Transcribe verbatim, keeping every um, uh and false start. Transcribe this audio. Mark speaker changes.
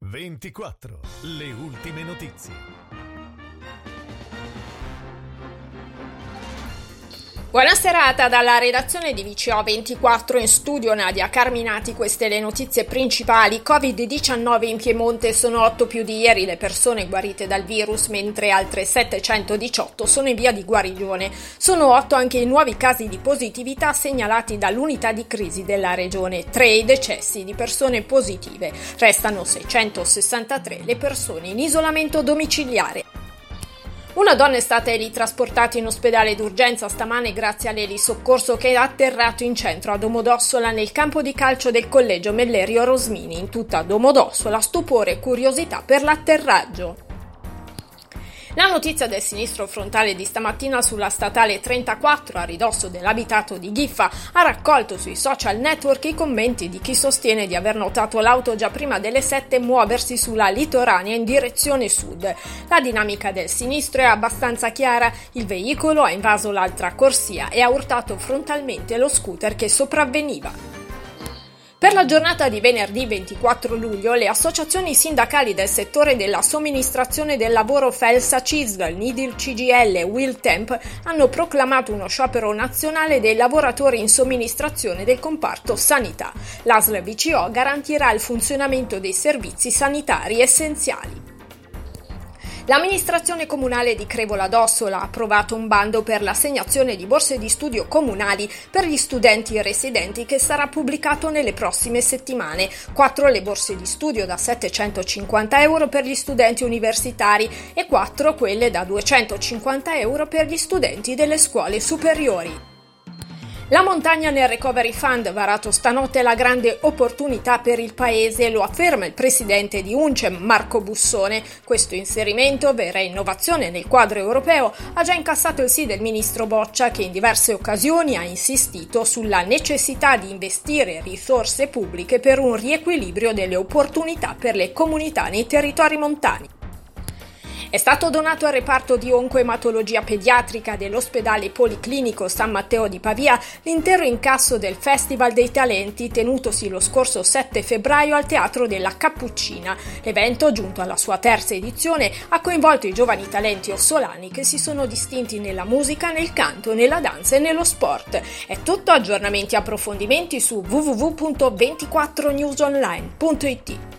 Speaker 1: ventiquattro. Le ultime notizie.
Speaker 2: Buona serata dalla redazione di V C O ventiquattro, in studio Nadia Carminati. Queste le notizie principali. covid diciannove in Piemonte, sono otto più di ieri le persone guarite dal virus, mentre altre settecentodiciotto sono in via di guarigione. Sono otto anche i nuovi casi di positività segnalati dall'unità di crisi della regione, tre i decessi di persone positive. Restano seicentosessantatré le persone in isolamento domiciliare. Una donna è stata trasportata in ospedale d'urgenza stamane grazie all'elisoccorso che è atterrato in centro a Domodossola, nel campo di calcio del collegio Mellerio Rosmini. In tutta Domodossola stupore e curiosità per l'atterraggio. La notizia del sinistro frontale di stamattina sulla statale trentaquattro a ridosso dell'abitato di Ghiffa ha raccolto sui social network i commenti di chi sostiene di aver notato l'auto già prima delle sette muoversi sulla litoranea in direzione sud. La dinamica del sinistro è abbastanza chiara: il veicolo ha invaso l'altra corsia e ha urtato frontalmente lo scooter che sopravveniva. Per la giornata di venerdì ventiquattro luglio, le associazioni sindacali del settore della somministrazione del lavoro Felsa Cisl, Nidil C G L e Wiltemp hanno proclamato uno sciopero nazionale dei lavoratori in somministrazione del comparto sanità. L'A S L V C O garantirà il funzionamento dei servizi sanitari essenziali. L'amministrazione comunale di Crevola d'Ossola ha approvato un bando per l'assegnazione di borse di studio comunali per gli studenti residenti che sarà pubblicato nelle prossime settimane. Quattro le borse di studio da settecentocinquanta euro per gli studenti universitari e quattro quelle da duecentocinquanta euro per gli studenti delle scuole superiori. La montagna nel Recovery Fund, varato stanotte, è la grande opportunità per il Paese, lo afferma il presidente di UNCEM, Marco Bussone. Questo inserimento, vera innovazione nel quadro europeo, ha già incassato il sì del ministro Boccia, che in diverse occasioni ha insistito sulla necessità di investire risorse pubbliche per un riequilibrio delle opportunità per le comunità nei territori montani. È stato donato al reparto di oncoematologia pediatrica dell'ospedale policlinico San Matteo di Pavia l'intero incasso del Festival dei Talenti tenutosi lo scorso sette febbraio al Teatro della Cappuccina. L'evento, giunto alla sua terza edizione, ha coinvolto i giovani talenti ossolani che si sono distinti nella musica, nel canto, nella danza e nello sport. È tutto, aggiornamenti e approfondimenti su w w w punto ventiquattro news online punto i t.